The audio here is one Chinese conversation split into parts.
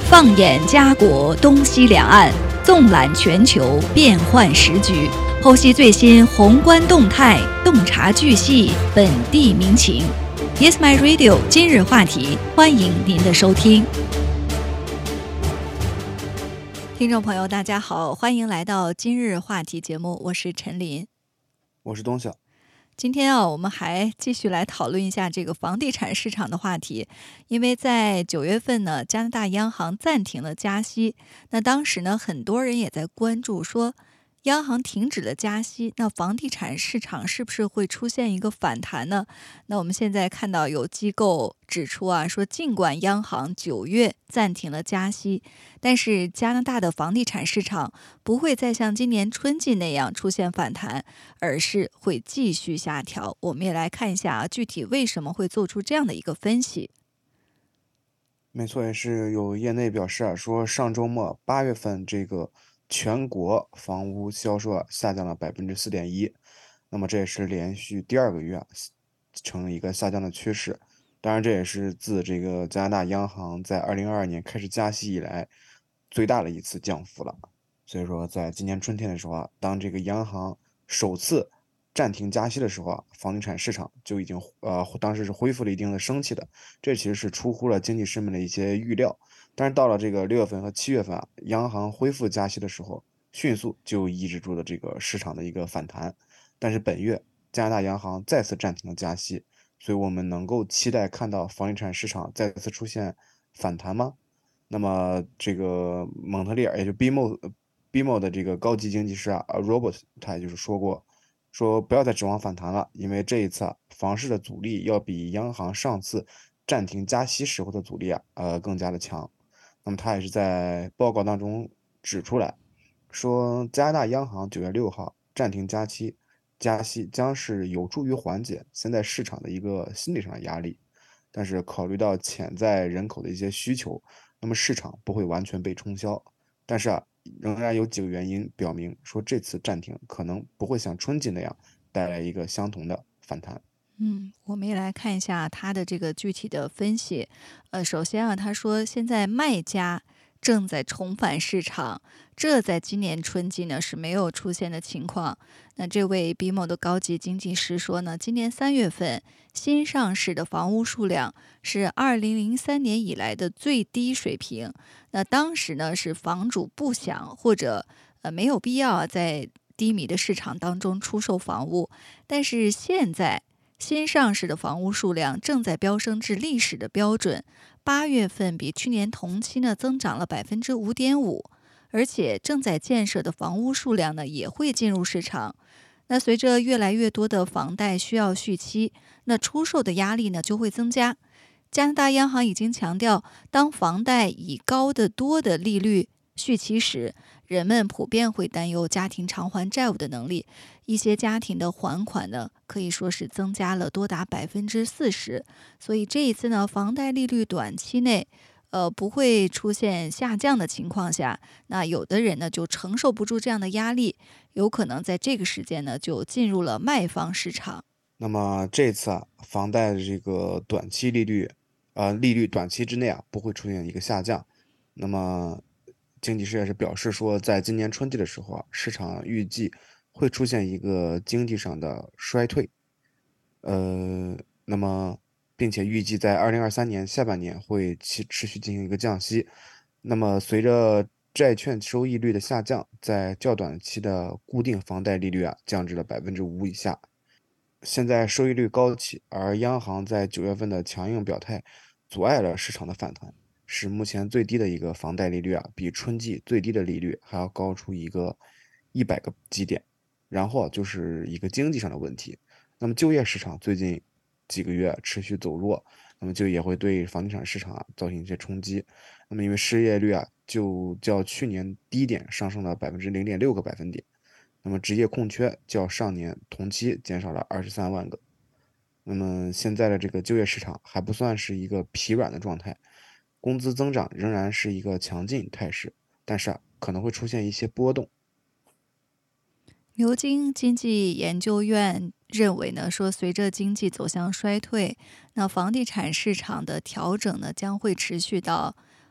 放眼家国东西两岸，纵览全球变幻时局，剖析最新宏观动态，洞察巨细本地民情。Yes My Radio 今日话题，欢迎您的收听。听众朋友大家好，欢迎来到今日话题节目，我是陈琳， 我是东晓。 今天我们还继续来讨论一下这个房地产市场的话题，因为在9月份呢，加拿大央行暂停了加息，那当时呢，很多人也在关注说，央行停止了加息，那房地产市场是不是会出现一个反弹呢？那我们现在看到有机构指出说尽管央行9月暂停了加息，但是加拿大的房地产市场不会再像今年春季那样出现反弹，而是会继续下调。我们也来看一下具体为什么会做出这样的一个分析。 没错，也是有业内表示说上周末8月份这个全国房屋销售下降了4.1%，那么这也是连续第2个月呈一个下降的趋势。当然，这也是自这个加拿大央行在2022年开始加息以来最大的一次降幅了。所以说，在今年春天的时候当这个央行首次暂停加息的时候房地产市场就已经当时是恢复了一定的生气的，这其实是出乎了经济师们的一些预料。但是到了这个6月份和7月份央行恢复加息的时候，迅速就抑制住了这个市场的一个反弹。但是本月加拿大央行再次暂停了加息，所以我们能够期待看到房地产市场再次出现反弹吗？那么这个蒙特利尔也就 BMO 的这个高级经济师Robert 他也就是说不要再指望反弹了，因为这一次房市的阻力要比央行上次暂停加息时候的阻力更加的强。那么他也是在报告当中指出来，说加拿大央行9月6号暂停加息将是有助于缓解现在市场的一个心理上的压力，但是考虑到潜在人口的一些需求，那么市场不会完全被冲销。但是仍然有几个原因表明说这次暂停可能不会像春季那样带来一个相同的反弹。 我们也来看一下他的这个具体的分析。首先他说现在卖家正在重返市场，这在今年春季呢是没有出现的情况。那这位 BMO 的高级经济师说呢，今年3月份新上市的房屋数量是2003年以来的最低水平。那当时呢是房主不想或者没有必要在低迷的市场当中出售房屋，但是现在新上市的房屋数量正在飙升至历史的标准，8月份比去年同期呢增长了5.5%，而且正在建设的房屋数量呢也会进入市场。那随着越来越多的房贷需要续期，那出售的压力呢就会增加。加拿大央行已经强调，当房贷以高得多的利率续期时，人们普遍会担忧家庭偿还债务的能力，一些家庭的还款呢可以说是增加了多达40%。所以这一次呢，房贷利率短期内不会出现下降的情况下，那有的人呢就承受不住这样的压力，有可能在这个时间呢就进入了卖方市场。 那么这次房贷的这个短期利率短期之内不会出现一个下降。那么经济师也是表示说，在今年春季的时候市场预计会出现一个经济上的衰退。那么并且预计在2023年下半年会持续进行一个降息。那么随着债券收益率的下降，在较短期的固定房贷利率降至了5%以下。现在收益率高企，而央行在9月份的强硬表态，阻碍了市场的反弹，使目前最低的一个房贷利率比春季最低的利率还要高出一个100个基点。然后就是一个经济上的问题。那么就业市场最近几个月持续走弱，那么就也会对房地产市场造成一些冲击。那么因为失业率就较去年低点上升了0.6个百分点。那么职业空缺较上年同期减少了23万个。那么现在的这个就业市场还不算是一个疲软的状态，工资增长仍然是一个强劲态势，但是可能会出现一些波动。 牛津经济研究院认为呢，说随着经济走向衰退，那房地产市场的调整呢将会持续到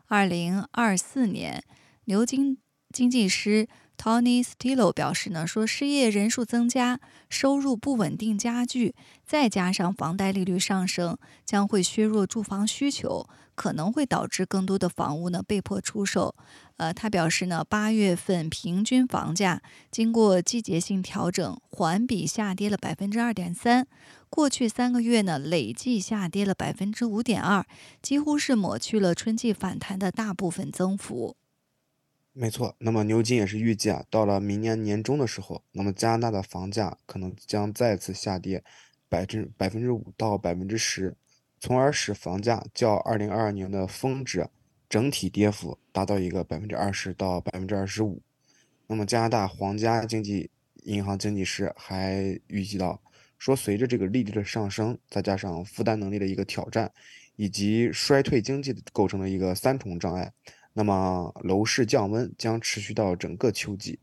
2024年，牛津经济师 Tony Stillo 表示呢，说失业人数增加，收入不稳定加剧，再加上房贷利率上升，将会削弱住房需求，可能会导致更多的房屋呢被迫出售。他表示呢，8月份平均房价经过季节性调整，环比下跌了2.3%，过去3个月呢累计下跌了5.2%，几乎是抹去了春季反弹的大部分增幅。 没错，那么牛津也是预计啊，到了明年年中的时候，那么加拿大的房价可能将再次下跌5%到10%，从而使房价较2022年的峰值整体跌幅达到一个20%到25%。那么加拿大皇家经济银行经济师还预计到，说随着这个利率的上升，再加上负担能力的一个挑战，以及衰退经济构成了一个三重障碍。那么楼市降温将持续到整个秋季。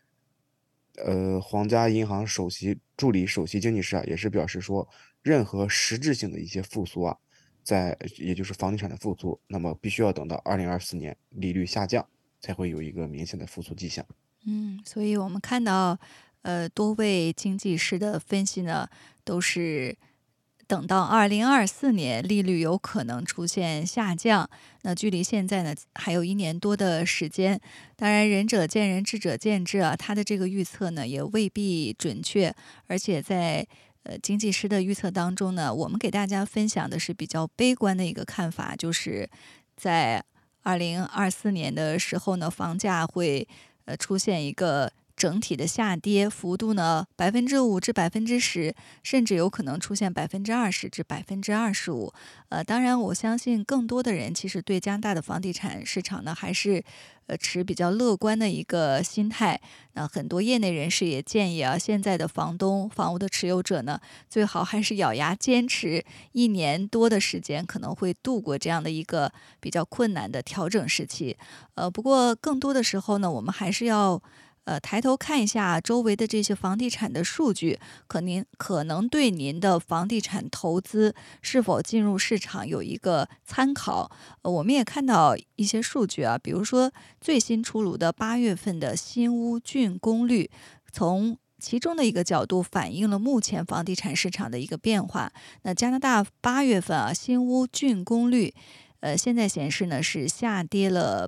皇家银行助理首席经济师啊，也是表示说，任何实质性的一些复苏啊，也就是房地产的复苏，那么必须要等到2024年利率下降，才会有一个明显的复苏迹象。 所以我们看到，多位经济师的分析呢，都是等到2024年利率有可能出现下降，那距离现在呢还有1年多的时间。当然，仁者见仁，智者见智啊，他的这个预测呢也未必准确，而且在经济师的预测当中呢，我们给大家分享的是比较悲观的一个看法，就是在2024年的时候呢，房价会出现一个整体的下跌幅度呢5%至10%，甚至有可能出现20%至25%。当然，我相信更多的人其实对加拿大的房地产市场呢，还是持比较乐观的一个心态。那很多业内人士也建议啊，现在的房屋的持有者呢，最好还是咬牙坚持1年多的时间，可能会度过这样的一个比较困难的调整时期。不过更多的时候呢，我们还是要抬头看一下周围的这些房地产的数据，可能对您的房地产投资是否进入市场有一个参考。我们也看到一些数据啊，比如说最新出炉的8月份的新屋竣工率，从其中的一个角度反映了目前房地产市场的一个变化。那加拿大8月份啊，新屋竣工率现在显示呢是下跌了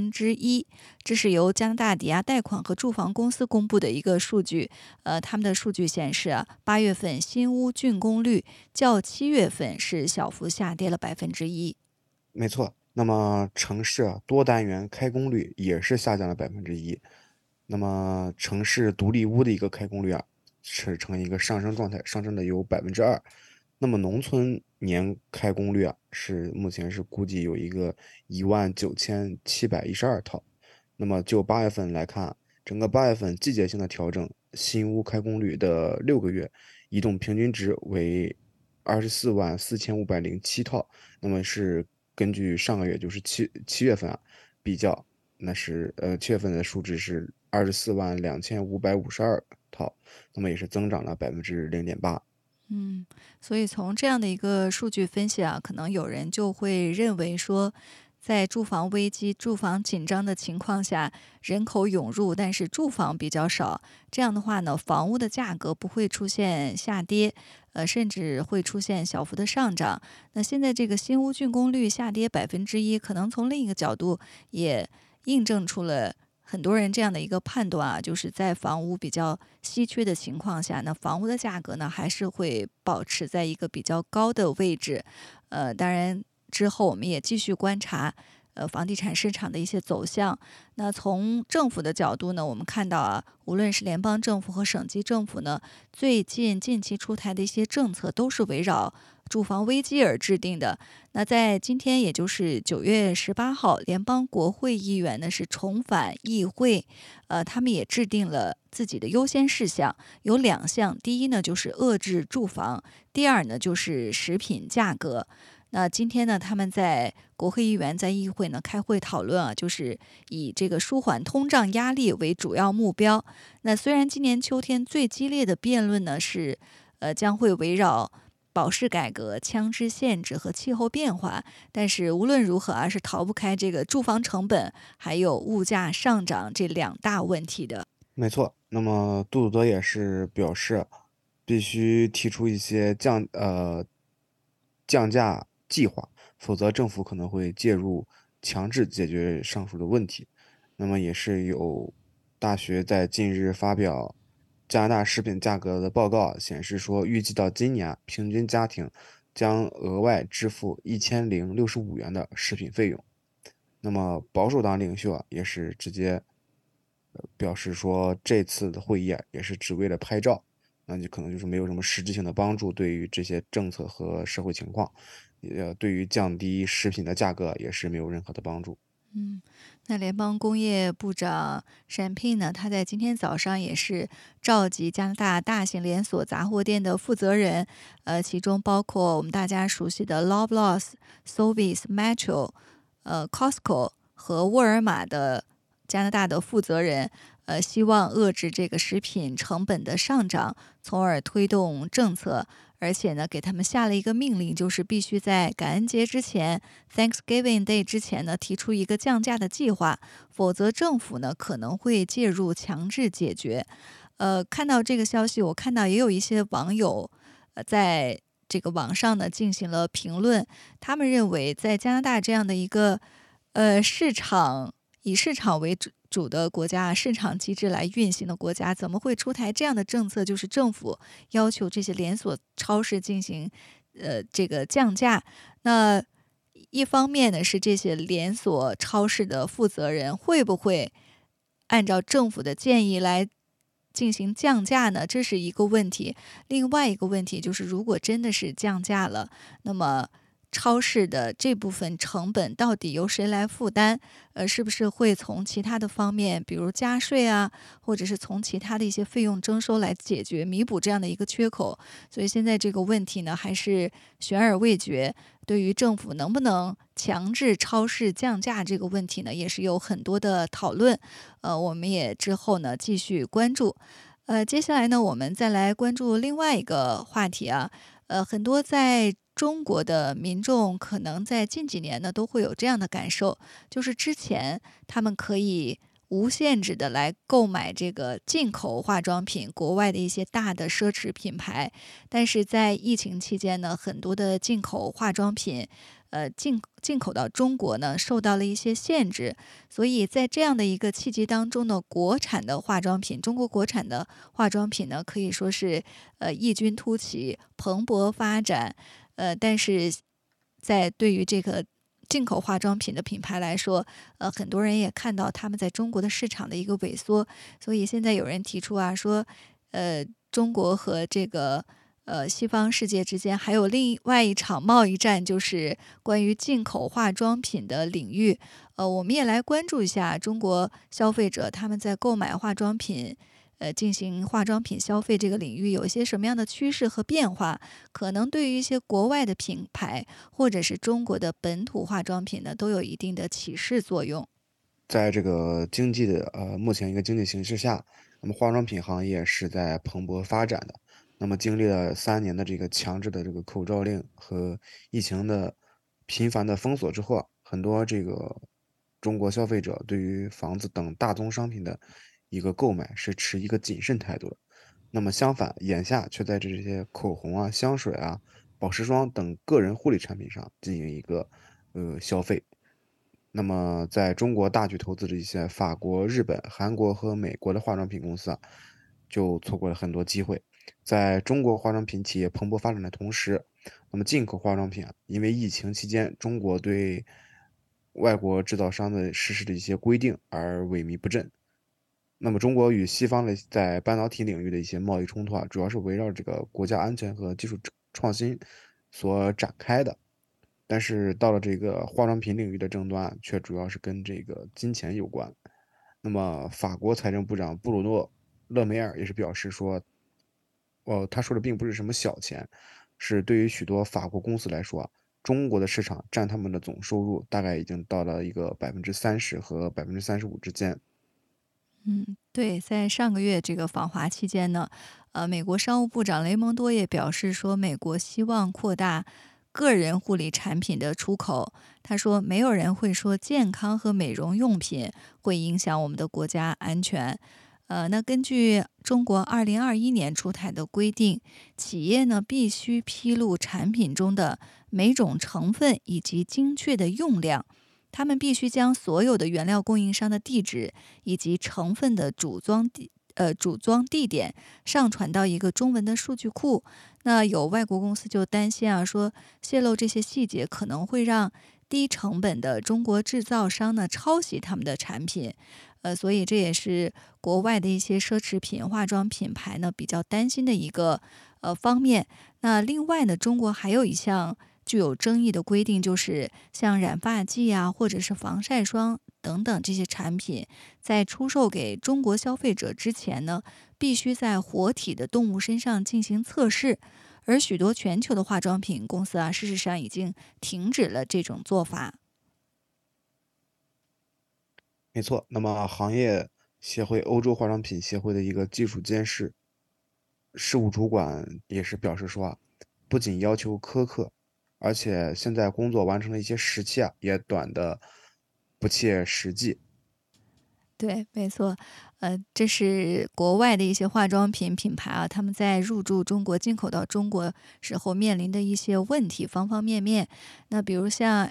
1%，这是由加拿大抵押贷款和住房公司公布的一个数据。他们的数据显示啊，8月份新屋竣工率较7月份是小幅下跌了1%。 没错，那么城市多单元开工率也是下降了1%。那么城市独立屋的一个开工率啊，是呈一个上升状态，上升的有2%。那么农村年开工率啊，目前是估计有一个19712套。那么就8月份来看，整个8月份季节性的调整，新屋开工率的6个月移动平均值为244507套。那么是根据上个月就是七月份啊比较，那是7月份的数值是242552套，那么也是增长了0.8%。 所以从这样的一个数据分析啊，可能有人就会认为说，在住房危机、住房紧张的情况下，人口涌入，但是住房比较少，这样的话呢，房屋的价格不会出现下跌，甚至会出现小幅的上涨。那现在这个新屋竣工率下跌1%，可能从另一个角度也印证出了很多人这样的一个判断啊，就是在房屋比较稀缺的情况下，那房屋的价格呢还是会保持在一个比较高的位置。当然之后我们也继续观察房地产市场的一些走向。那从政府的角度呢，我们看到啊，无论是联邦政府和省级政府呢，近期出台的一些政策都是围绕住房危机而制定的。那在今天，也就是9月18号，联邦国会议员呢是重返议会，他们也制定了自己的优先事项，有2项。第一呢就是遏制住房，第二呢就是食品价格。那今天呢，他们国会议员在议会呢开会讨论啊，就是以这个舒缓通胀压力为主要目标。那虽然今年秋天最激烈的辩论呢是将会围绕保释改革、枪支限制和气候变化，但是无论如何是逃不开这个住房成本还有物价上涨这两大问题的。 没错，那么杜鲁多也是表示，必须提出一些降价计划，否则政府可能会介入强制解决上述的问题。那么也是有大学在近日发表加拿大食品价格的报告，显示说，预计到今年平均家庭将额外支付1065元的食品费用。那么保守党领袖也是直接表示说，这次的会议也是只为了拍照，那就可能就是没有什么实质性的帮助，对于这些政策和社会情况，对于降低食品的价格也是没有任何的帮助。 那联邦工业部长沈聘呢，他在今天早上也是召集加拿大大型连锁杂货店的负责人，其中包括我们大家熟悉的 Loblaws、Sobeys、Metro、Costco 和沃尔玛的加拿大的负责人，希望遏制这个食品成本的上涨，从而推动政策。而且呢，给他们下了一个命令，就是必须在感恩节之前 （Thanksgiving Day） 之前呢，提出一个降价的计划，否则政府呢可能会介入强制解决。看到这个消息，我看到也有一些网友在这个网上呢进行了评论，他们认为在加拿大这样的一个以市场为主的国家，市场机制来运行的国家，怎么会出台这样的政策？就是政府要求这些连锁超市进行这个降价。那一方面呢，是这些连锁超市的负责人会不会按照政府的建议来进行降价呢？这是一个问题。另外一个问题就是，如果真的是降价了，那么超市的这部分成本到底由谁来负担？是不是会从其他的方面，比如加税啊，或者是从其他的一些费用征收来解决、弥补这样的一个缺口？所以现在这个问题呢，还是悬而未决。对于政府能不能强制超市降价这个问题呢，也是有很多的讨论。我们也之后呢继续关注。接下来呢，我们再来关注另外一个话题啊。很多在中国的民众可能在近几年呢都会有这样的感受，就是之前他们可以无限制的来购买这个进口化妆品，国外的一些大的奢侈品牌，但是在疫情期间呢，很多的进口化妆品，进口到中国呢，受到了一些限制，所以在这样的一个契机当中呢，国产的化妆品，中国国产的化妆品呢，可以说是异军突起，蓬勃发展。但是在对于这个进口化妆品的品牌来说，很多人也看到他们在中国的市场的一个萎缩，所以现在有人提出啊，说，中国和这个西方世界之间还有另外一场贸易战，就是关于进口化妆品的领域。我们也来关注一下中国消费者他们在购买化妆品。进行化妆品消费这个领域有一些什么样的趋势和变化？可能对于一些国外的品牌或者是中国的本土化妆品呢，都有一定的启示作用。 在这个经济的目前一个经济形势下，那么化妆品行业是在蓬勃发展的。那么经历了3年的这个强制的这个口罩令和疫情的频繁的封锁之后很多这个中国消费者对于房子等大宗商品的一个购买是持一个谨慎态度的。那么相反，眼下却在这些口红啊、香水啊、保湿霜等个人护理产品上进行一个消费。那么，在中国大举投资的一些法国、日本、韩国和美国的化妆品公司就错过了很多机会。在中国化妆品企业蓬勃发展的同时，那么进口化妆品因为疫情期间中国对外国制造商的实施的一些规定而萎靡不振。那么，中国与西方的在半导体领域的一些贸易冲突主要是围绕这个国家安全和技术创新所展开的。但是到了这个化妆品领域的争端，却主要是跟这个金钱有关。那么，法国财政部长布鲁诺·勒梅尔也是表示说，他说的并不是什么小钱，是对于许多法国公司来说中国的市场占他们的总收入大概已经到了一个30%和35%之间。 嗯，对，在上个月这个访华期间呢，美国商务部长雷蒙多也表示说，美国希望扩大个人护理产品的出口。他说，没有人会说健康和美容用品会影响我们的国家安全。那根据中国2021年出台的规定，企业呢必须披露产品中的每种成分以及精确的用量。他们必须将所有的原料供应商的地址以及成分的组装地点上传到一个中文的数据库。那有外国公司就担心啊，说泄露这些细节可能会让低成本的中国制造商呢抄袭他们的产品。所以这也是国外的一些奢侈品、化妆品牌呢比较担心的一个方面。那另外呢，中国还有一项具有争议的规定，就是像染发剂啊，或者是防晒霜等等这些产品，在出售给中国消费者之前呢，必须在活体的动物身上进行测试。而许多全球的化妆品公司啊，事实上已经停止了这种做法。 没错，那么行业协会欧洲化妆品协会的一个技术监视事务主管也是表示说啊，不仅要求苛刻，而且现在工作完成的一些时期啊也短的不切实际。 对，没错，这是国外的一些化妆品品牌啊，他们在入驻中国、进口到中国时候面临的一些问题，方方面面。那比如像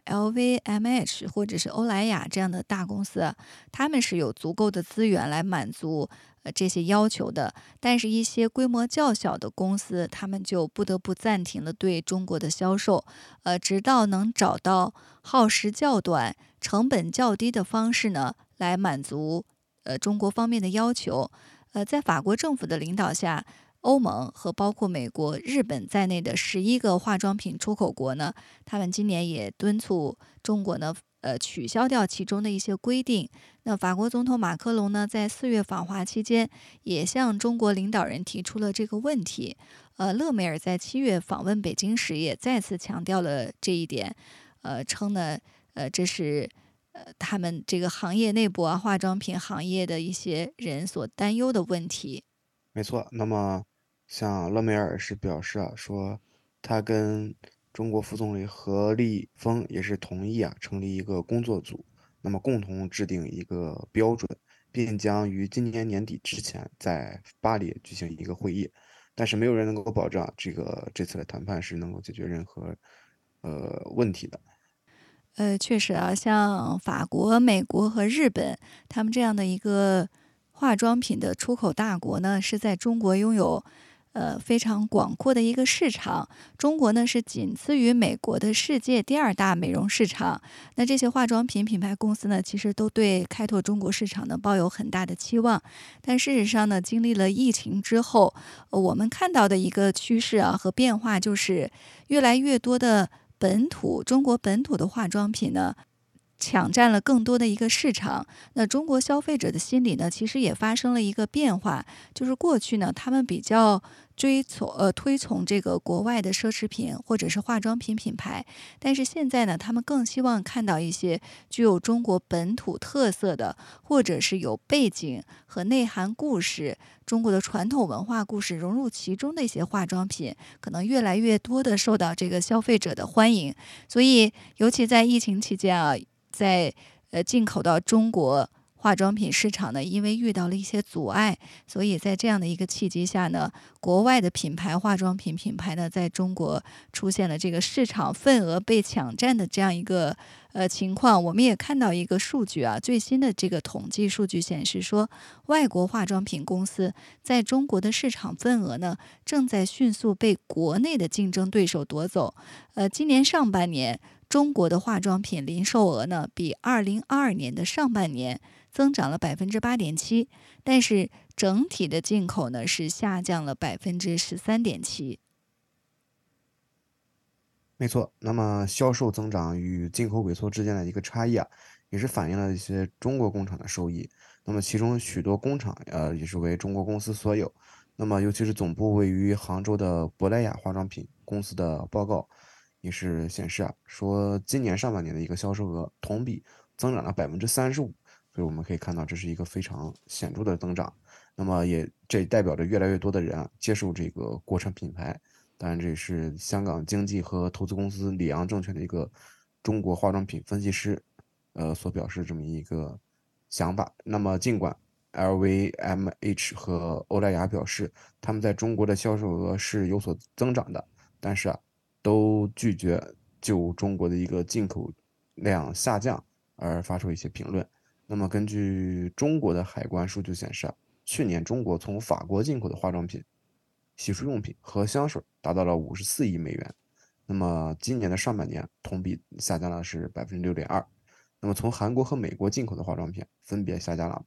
LVMH 或者是欧莱雅这样的大公司啊，他们是有足够的资源来满足这些要求的，但是一些规模较小的公司，他们就不得不暂停了对中国的销售，直到能找到耗时较短、成本较低的方式呢，来满足中国方面的要求。在法国政府的领导下，欧盟和包括美国、日本在内的11个化妆品出口国呢，他们今年也敦促中国呢，取消掉其中的一些规定。那法国总统马克龙呢，在4月访华期间，也向中国领导人提出了这个问题。勒梅尔在7月访问北京时，也再次强调了这一点，称呢，这是他们这个行业内部啊，化妆品行业的一些人所担忧的问题。 没错，那么像勒梅尔是表示啊，说他跟中国副总理何立峰也是同意啊，成立一个工作组，那么共同制定一个标准，并将于今年年底之前在巴黎举行一个会议。但是没有人能够保证啊这次的谈判是能够解决任何问题的。 确实啊，像法国、美国和日本，他们这样的一个化妆品的出口大国呢，是在中国拥有非常广阔的一个市场。中国呢是仅次于美国的世界第二大美容市场。那这些化妆品品牌公司呢，其实都对开拓中国市场呢抱有很大的期望。但事实上呢，经历了疫情之后，我们看到的一个趋势啊和变化，就是越来越多的中国本土的化妆品呢，抢占了更多的一个市场。那中国消费者的心理呢，其实也发生了一个变化，就是过去呢，他们比较推崇这个国外的奢侈品或者是化妆品品牌，但是现在呢，他们更希望看到一些具有中国本土特色的，或者是有背景和内涵故事、中国的传统文化故事融入其中的一些化妆品，可能越来越多的受到这个消费者的欢迎。所以，尤其在疫情期间啊，在进口到中国化妆品市场呢，因为遇到了一些阻碍，所以在这样的一个契机下呢，国外的品牌化妆品品牌呢，在中国出现了这个市场份额被抢占的这样一个情况。我们也看到一个数据啊，最新的这个统计数据显示说，外国化妆品公司在中国的市场份额呢，正在迅速被国内的竞争对手夺走。今年上半年，中国的化妆品零售额呢，比2022年的上半年增长了8.7%，但是整体的进口呢是下降了13.7%。 没错，那么销售增长与进口萎缩之间的一个差异啊，也是反映了一些中国工厂的收益。那么其中许多工厂也是为中国公司所有。那么尤其是总部位于杭州的珀莱雅化妆品公司的报告也是显示啊，说今年上半年的一个销售额同比增长了35%， 所以我们可以看到这是一个非常显著的增长。那么这也代表着越来越多的人接受这个国产品牌。当然，这也是香港经济和投资公司里昂证券的一个中国化妆品分析师，所表示这么一个想法。那么，尽管 LVMH 和欧莱雅表示他们在中国的销售额是有所增长的，但是都拒绝就中国的一个进口量下降而发出一些评论。那么，根据中国的海关数据显示去年中国从法国进口的化妆品、洗漱用品和香水达到了54亿美元。那么今年的上半年同比下降了是6.2%。那么从韩国和美国进口的化妆品分别下降了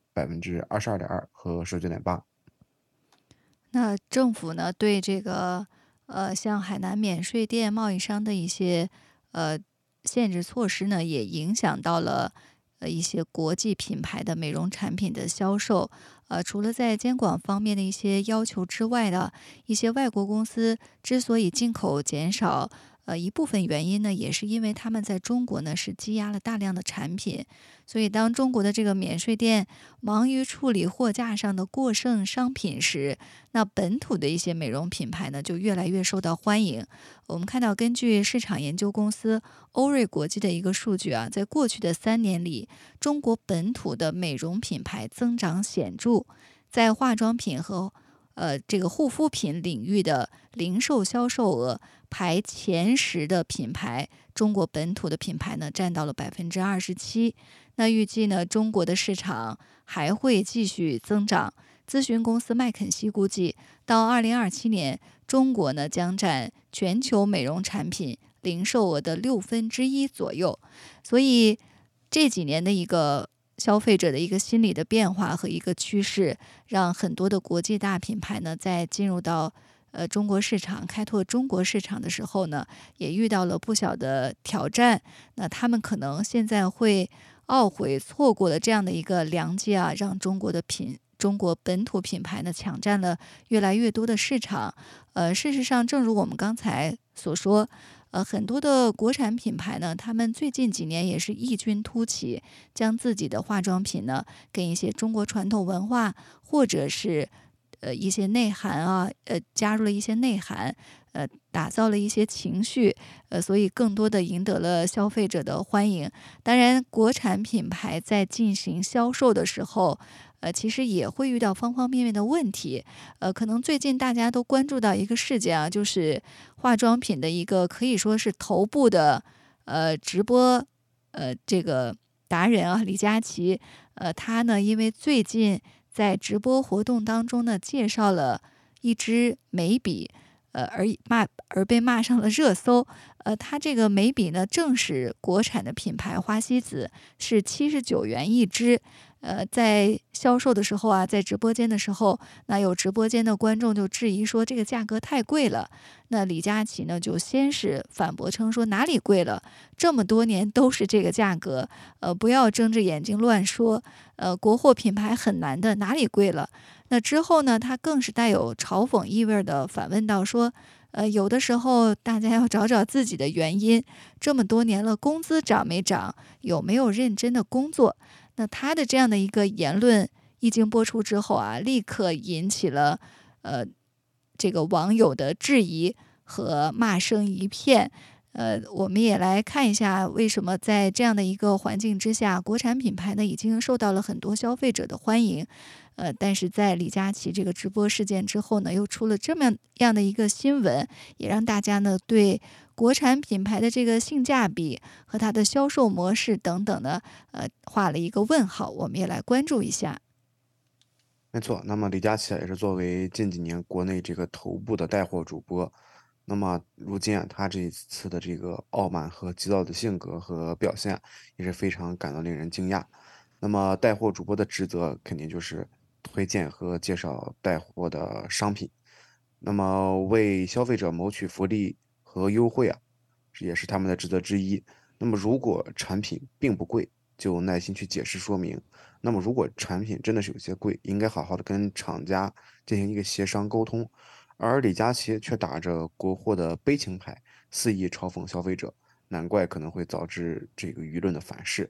22.2%和19.8%。 那政府呢，对这个像海南免税店贸易商的一些呃限制措施呢，也影响到了一些国际品牌的美容产品的销售。除了在监管方面的一些要求之外呢，一些外国公司之所以进口减少，一部分原因呢，也是因为他们在中国呢是积压了大量的产品，所以当中国的这个免税店忙于处理货架上的过剩商品时，那本土的一些美容品牌呢就越来越受到欢迎。我们看到，根据市场研究公司欧瑞国际的一个数据在过去的3年里，中国本土的美容品牌增长显著，在化妆品和这个护肤品领域的零售销售额排前10的品牌，中国本土的品牌呢占到了27%。那预计呢，中国的市场还会继续增长。咨询公司麦肯锡估计，到2027年，中国呢将占全球美容产品零售额的1/6左右。所以这几年的一个消费者的一个心理的变化和一个趋势，让很多的国际大品牌呢，在进入到中国市场开拓中国市场的时候呢，也遇到了不小的挑战。那他们可能现在会懊悔错过了这样的一个良机让中国本土品牌呢抢占了越来越多的市场。事实上，正如我们刚才所说，很多的国产品牌呢，他们最近几年也是异军突起，将自己的化妆品呢，跟一些中国传统文化或者是一些内涵加入了一些内涵，打造了一些情绪，所以更多的赢得了消费者的欢迎。当然，国产品牌在进行销售的时候，其实也会遇到方方面面的问题。可能最近大家都关注到一个事件就是化妆品的一个可以说是头部的直播这个达人李佳琦，他呢因为最近在直播活动当中呢介绍了一支眉笔，而被骂上了热搜。他这个眉笔呢正是国产的品牌花西子，是79元一支。在销售的时候在直播间的时候，那有直播间的观众就质疑说这个价格太贵了。那李佳琦呢就先是反驳称说哪里贵了，这么多年都是这个价格，不要睁着眼睛乱说，国货品牌很难的，哪里贵了？那之后呢，他更是带有嘲讽意味的反问到说，有的时候大家要找找自己的原因，这么多年了，工资涨没涨，有没有认真的工作？那他的这样的一个言论一经播出之后立刻引起了这个网友的质疑和骂声一片。我们也来看一下为什么在这样的一个环境之下，国产品牌呢已经受到了很多消费者的欢迎。但是在李佳琦这个直播事件之后呢，又出了这么样的一个新闻，也让大家呢对国产品牌的这个性价比和它的销售模式等等呢，画了一个问号。我们也来关注一下。 没错，那么李佳琦也是作为近几年国内这个头部的带货主播，那么如今他这一次的这个傲慢和急躁的性格和表现也是非常感到令人惊讶。那么带货主播的职责肯定就是推荐和介绍带货的商品，那么为消费者谋取福利和优惠这也是他们的职责之一。那么如果产品并不贵，就耐心去解释说明。那么如果产品真的是有些贵，应该好好的跟厂家进行一个协商沟通。而李佳琦却打着国货的悲情牌，肆意嘲讽消费者，难怪可能会导致这个舆论的反噬。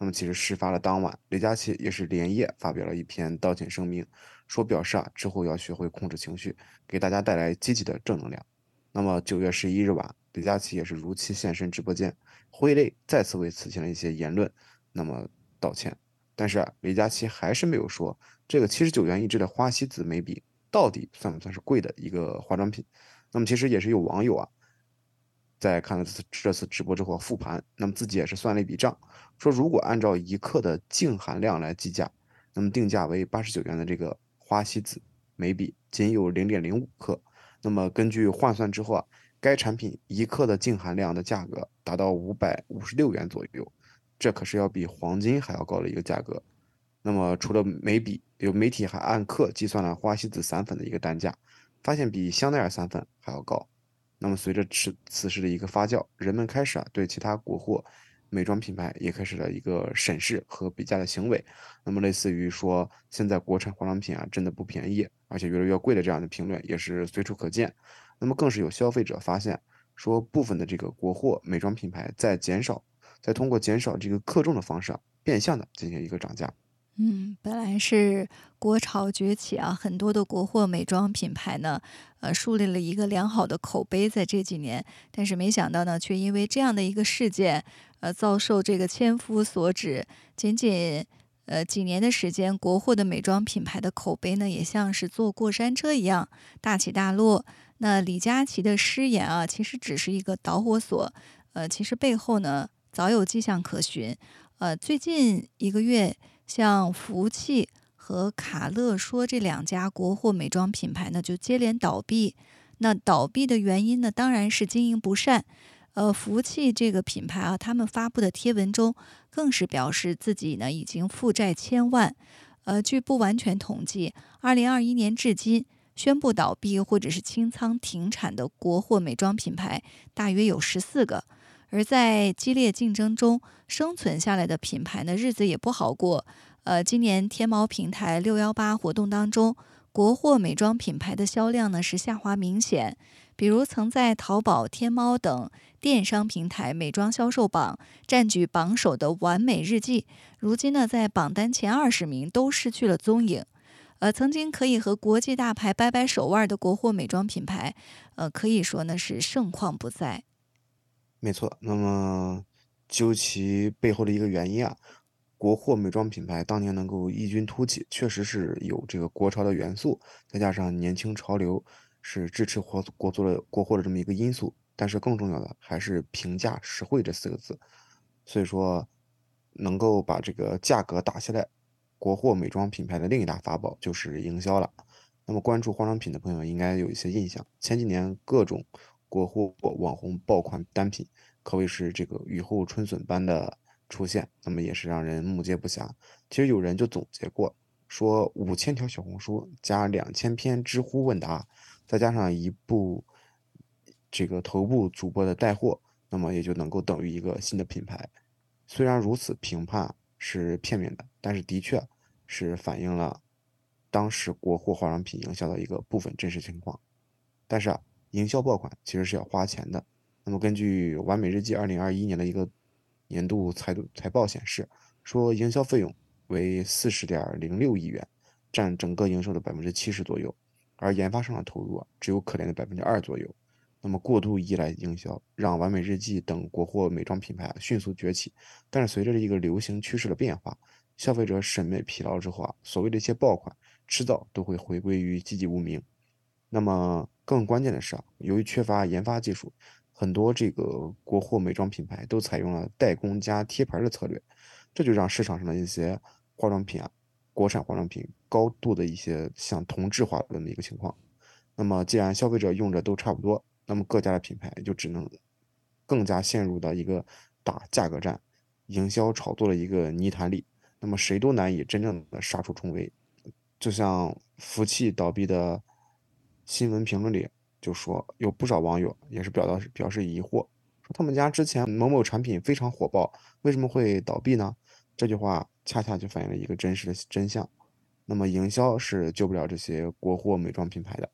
那么其实事发的当晚，李佳琦也是连夜发表了一篇道歉声明，说表示之后要学会控制情绪，给大家带来积极的正能量。那么9月11日晚，李佳琦也是如期现身直播间，挥泪再次为此前的一些言论那么道歉。但是李佳琦还是没有说这个79元一支的花西子眉笔到底算不算是贵的一个化妆品。那么其实也是有网友在看了这次直播之后复盘，那么自己也是算了一笔账，说如果按照1克的净含量来计价，那么定价为89元的这个花西子眉笔仅有0.05克，那么根据换算之后该产品1克的净含量的价格达到556元左右，这可是要比黄金还要高的一个价格。那么除了眉笔，有媒体还按克计算了花西子散粉的一个单价，发现比香奈儿散粉还要高。那么随着此事的一个发酵，人们开始对其他国货美妆品牌也开始了一个审视和比价的行为。那么类似于说现在国产化妆品真的不便宜，而且越来越贵的这样的评论也是随处可见。那么更是有消费者发现说，部分的这个国货美妆品牌在通过减少这个克重的方式变相的进行一个涨价。 本来是国潮崛起很多的国货美妆品牌呢，树立了一个良好的口碑在这几年，但是没想到呢，却因为这样的一个事件，遭受这个千夫所指。仅仅几年的时间，国货的美妆品牌的口碑呢，也像是坐过山车一样大起大落。那李佳琦的失言其实只是一个导火索，其实背后呢早有迹象可循。最近一个月，像福气和卡乐说这两家国货美妆品牌呢，就接连倒闭。那倒闭的原因呢，当然是经营不善。福气这个品牌他们发布的贴文中更是表示自己呢已经负债千万。据不完全统计，2021年至今宣布倒闭或者是清仓停产的国货美妆品牌大约有14个。而在激烈竞争中生存下来的品牌呢，日子也不好过。今年天猫平台618活动当中，国货美妆品牌的销量呢是下滑明显。比如曾在淘宝、天猫等电商平台美妆销售榜占据榜首的完美日记，如今呢在榜单前20名都失去了踪影。曾经可以和国际大牌掰掰手腕的国货美妆品牌，可以说呢是盛况不再。 没错，那么究其背后的一个原因国货美妆品牌当年能够异军突起，确实是有这个国潮的元素，再加上年轻潮流是支持国货的这么一个因素。但是更重要的还是平价实惠这4个字。所以说，能够把这个价格打下来，国货美妆品牌的另一大法宝就是营销了。那么关注化妆品的朋友应该有一些印象，前几年各种国货网红爆款单品可谓是这个雨后春笋般的出现，那么也是让人目接不暇。其实有人就总结过，说5000条小红书加2000篇知乎问答，再加上一部这个头部主播的带货，那么也就能够等于一个新的品牌。虽然如此，评判是片面的，但是的确是反映了当时国货化妆品营销的一个部分真实情况。但是营销爆款其实是要花钱的。那么根据完美日记2021年的一个年度财报显示，说营销费用为40.06亿元，占整个营收的70%左右，而研发上的投入只有可怜的2%左右。那么过度依赖营销，让完美日记等国货美妆品牌迅速崛起。但是随着一个流行趋势的变化，消费者审美疲劳之后所谓的一些爆款，迟早都会回归于籍籍无名。那么更关键的是由于缺乏研发技术，很多这个国货美妆品牌都采用了代工加贴牌的策略，这就让市场上的一些化妆品国产化妆品高度的一些像同质化的这么一个情况。那么既然消费者用着都差不多，那么各家的品牌就只能更加陷入到一个打价格战、营销炒作的一个泥潭里，那么谁都难以真正的杀出重围。就像福气倒闭的新闻评论里就说，有不少网友也是表示疑惑，说他们家之前某某产品非常火爆，为什么会倒闭呢？这句话恰恰就反映了一个真实的真相。那么营销是救不了这些国货美妆品牌的。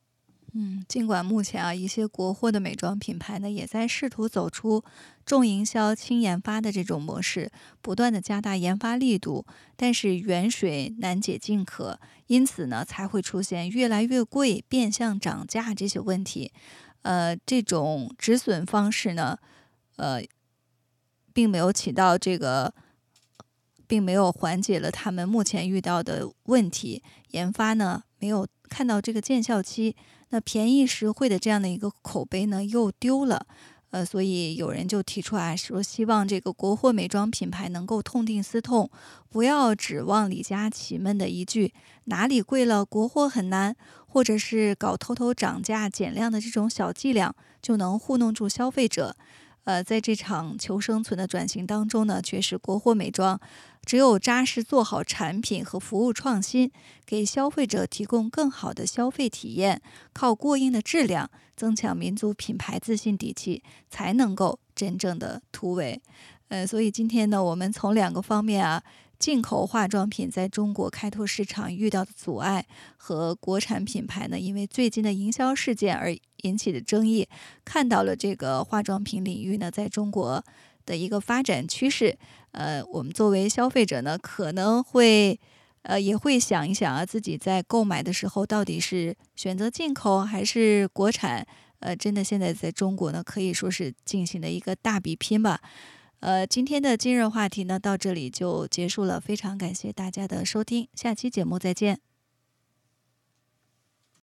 尽管目前一些国货的美妆品牌呢，也在试图走出重营销轻研发的这种模式，不断的加大研发力度，但是远水难解近渴，因此呢，才会出现越来越贵、变相涨价这些问题。这种止损方式呢，呃，并没有起到这个并没有缓解了他们目前遇到的问题，研发呢没有看到这个见效期，那便宜实惠的这样的一个口碑呢又丢了。所以有人就提出说，希望这个国货美妆品牌能够痛定思痛，不要指望李佳琦们的一句哪里贵了，国货很难，或者是搞偷偷涨价减量的这种小伎俩，就能糊弄住消费者。在这场求生存的转型当中呢，确实国货美妆只有扎实做好产品和服务创新，给消费者提供更好的消费体验，靠过硬的质量增强民族品牌自信底气，才能够真正的突围。所以今天呢，我们从两个方面进口化妆品在中国开拓市场遇到的阻碍，和国产品牌呢因为最近的营销事件而引起的争议，看到了这个化妆品领域呢在中国的一个发展趋势。我们作为消费者呢，可能会也会想一想自己在购买的时候到底是选择进口还是国产。真的现在在中国呢，可以说是进行了一个大比拼吧。今天的今日话题呢，到这里就结束了，非常感谢大家的收听，下期节目再见。